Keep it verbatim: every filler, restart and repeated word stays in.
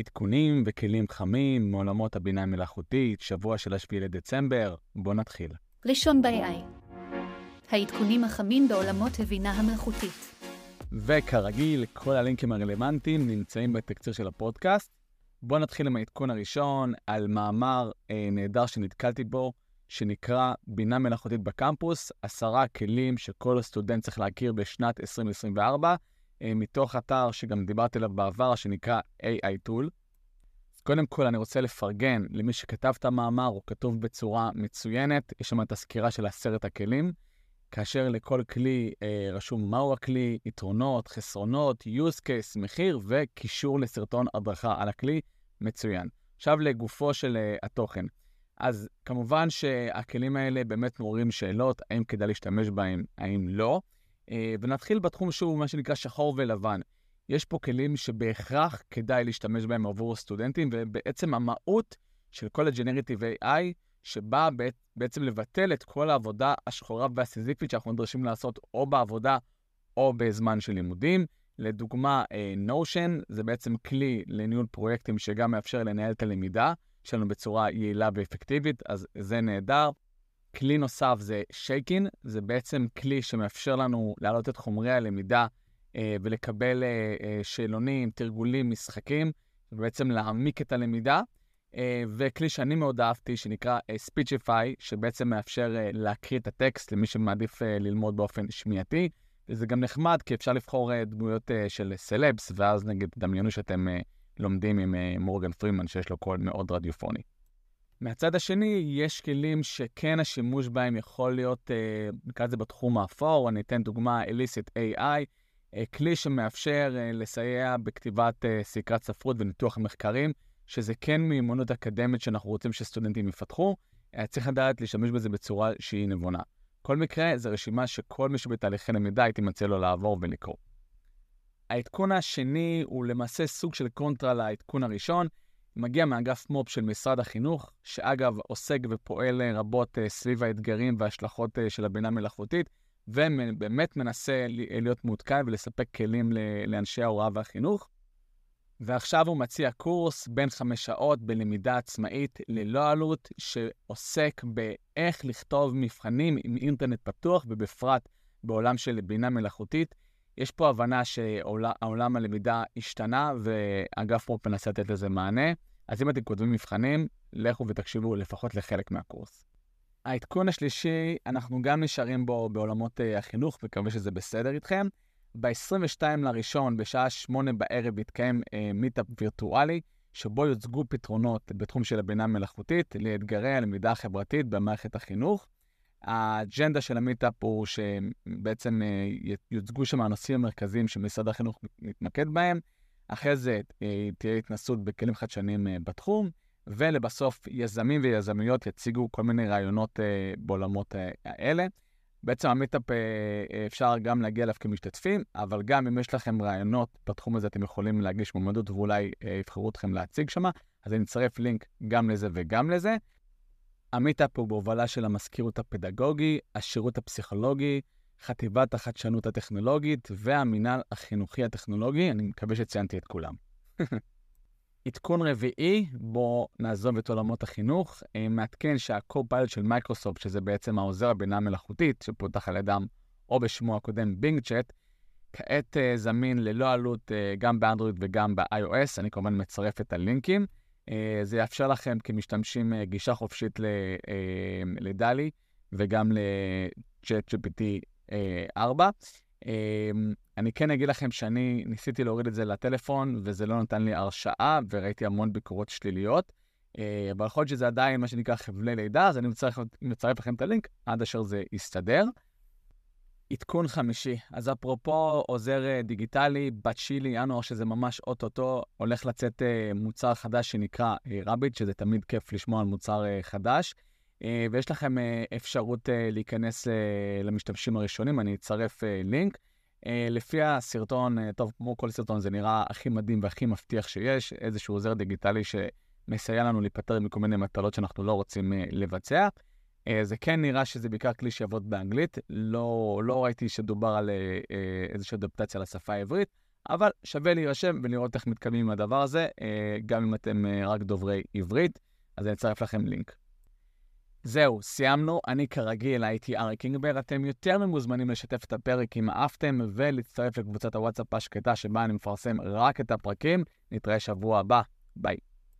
עדכונים וכלים חמים מעולמות הבינה המלאכותית, שבוע של השביעי לדצמבר. בואו נתחיל. ראשון ב-איי איי. העדכונים החמים בעולמות הבינה המלאכותית. וכרגיל, כל הלינקים הרלוונטיים נמצאים בתקציר של הפודקאסט. בואו נתחיל עם העדכון הראשון על מאמר אה, נהדר שנתקלתי בו, שנקרא בינה מלאכותית בקמפוס, עשרה כלים שכל סטודנט צריך להכיר בשנת עשרים עשרים וארבע, אה, מתוך אתר שגם דיברתי עליו בעבר, שנקרא איי איי Tool. קודם כל אני רוצה לפרגן למי שכתב את המאמר, הוא כתוב בצורה מצוינת, יש שם את הסקירה של עשרת הכלים, כאשר לכל כלי אה, רשום מהו הכלי, יתרונות, חסרונות, use case, מחיר וקישור לסרטון הדרכה על הכלי, מצוין. עכשיו לגופו של אה, התוכן. אז כמובן שהכלים האלה באמת מעוררים שאלות, האם כדאי להשתמש בהם, האם לא. אה, ונתחיל בתחום שהוא מה שנקרא שחור ולבן. יש פה כלים שבהכרח כדאי להשתמש בהם עבור סטודנטים, ובעצם המהות של כל הג'נרטיב איי איי, שבא בעצם לבטל את כל העבודה השחורה והסיזיפית שאנחנו נדרשים לעשות או בעבודה או בזמן של לימודים. לדוגמה, Notion זה בעצם כלי לניהול פרויקטים שגם מאפשר לנהל את הלמידה שלנו בצורה יעילה ואפקטיבית, אז זה נהדר. כלי נוסף זה Shakin, זה בעצם כלי שמאפשר לנו להעלות את חומרי הלמידה ולקבל שאלונים, תרגולים, משחקים, ובעצם להעמיק את הלמידה. וכלי שאני מאוד אהבתי שנקרא Speechify, שבעצם מאפשר להקריא את הטקסט למי שמעדיף ללמוד באופן שמיעתי. וזה גם נחמד כי אפשר לבחור דמויות של סלבס, ואז נגיד דמיינו שאתם לומדים עם מורגן פרימן שיש לו קול מאוד רדיופוני. מהצד השני, יש כלים שכן השימוש בהם יכול להיות, נקרא את זה בתחום האפור, אני אתן דוגמה Elicit איי איי, כלי שמאפשר לסייע בכתיבת סקרת ספרות וניתוח מחקרים, שזה כן מיומנות אקדמית שאנחנו רוצים שסטודנטים יפתחו, צריך לדעת להשתמש בזה בצורה שהיא נבונה. כל מקרה, זו רשימה שכל מי שבתהליכי למידה הייתי מציע לו לעבור ולקרוא. העדכון השני הוא למעשה סוג של קונטרה לעדכון הראשון, מגיע מאגף מו"פ של משרד החינוך, שאגב עוסק ופועל רבות סביב האתגרים וההשלכות של הבינה מלאכותית, ובאמת מנסה להיות מעודכן ולספק כלים לאנשי ההוראה והחינוך. ועכשיו הוא מציע קורס בין חמש שעות בלמידה עצמאית ללא עלות, שעוסק באיך לכתוב מבחנים עם אינטרנט פתוח, ובפרט בעולם של בינה מלאכותית. יש פה הבנה שהעולם הלמידה השתנה, ואגף מו"פ מנסה לתת לזה מענה. אז אם אתם כותבים מבחנים, לכו ותקשיבו לפחות לחלק מהקורס. העדכון השלישי, אנחנו גם נשארים בו בעולמות החינוך, מקווה שזה בסדר איתכם. ב-עשרים ושניים לראשון, בשעה שמונה בערב, יתקיים אה, מיטאפ וירטואלי, שבו יוצגו פתרונות בתחום של הבינה מלאכותית, לאתגרי הלמידה החברתית במערכת החינוך. האג'נדה של המיטאפ הוא שבעצם אה, יוצגו שם הנושאים המרכזיים שמשרד החינוך מתמקד בהם. אחרי זה אה, תהיה התנסות בכלים חדשניים אה, בתחום, ולבסוף יזמים ויזמיות יציגו כל מיני רעיונות אה, בעולמות אה, האלה. בעצם המיטאפ אפשר גם להגיע אליו כמשתתפים, אבל גם אם יש לכם רעיונות בתחום הזה, אתם יכולים להגיש מועמדות ואולי יבחרו אתכם להציג שמה, אז אני אצרף לינק גם לזה וגם לזה. המיטאפ הוא בהובלה של המזכירות הפדגוגי, השירות הפסיכולוגי, חטיבת החדשנות הטכנולוגית והמינהל החינוכי הטכנולוגי. אני מקווה שציינתי את כולם. עדכון רביעי, בו נעזוב את עולמות החינוך, מעדכן שהקו-פיילוט של מייקרוסופט, שזה בעצם העוזר הבינה המלאכותית, שפותח על ידם או בשמו הקודם בינג צ'אט, כעת זמין ללא עלות גם באנדרואיד וגם ב-iOS, אני כמובן מצרף את הלינקים. זה יאפשר לכם כמשתמשים גישה חופשית לדלי וגם ל-צ'אט ג'י פי טי ארבע. אני כן אגיד לכם שאני ניסיתי להוריד את זה לטלפון, וזה לא נתן לי הרשאה, וראיתי המון ביקורות שליליות. אבל יכול להיות שזה עדיין מה שנקרא חבלי לידה, אז אני מצרף, מצרף לכם את הלינק, עד אשר זה יסתדר. עדכון חמישי. אז אפרופו עוזר דיגיטלי, בתשיעי לינואר, שזה ממש אוטוטו, הולך לצאת מוצר חדש שנקרא רביט, שזה תמיד כיף לשמוע על מוצר חדש. ויש לכם אפשרות להיכנס למשתמשים הראשונים, אני אצרף לינק. לפי הסרטון, טוב, כמו כל סרטון, זה נראה הכי מדהים והכי מבטיח שיש, איזשהו עוזר דיגיטלי שמסייע לנו להיפטר מכל מיני מטלות שאנחנו לא רוצים לבצע. זה כן נראה שזה בעיקר כלי שיעבוד באנגלית, לא, לא ראיתי שדובר על איזושהי אדפטציה לשפה העברית, אבל שווה להירשם ולראות איך מתקדמים עם הדבר הזה, גם אם אתם רק דוברי עברית, אז אני אצרף לכם לינק. זהו, סיימנו. אני כרגיל הייתי ארי קינגבר. אתם יותר ממוזמנים לשתף את הפרק אם אהבתם ולהצטרף לקבוצת הוואטסאפ השקטה שבה אני מפרסם רק את הפרקים. נתראה שבוע הבא. ביי.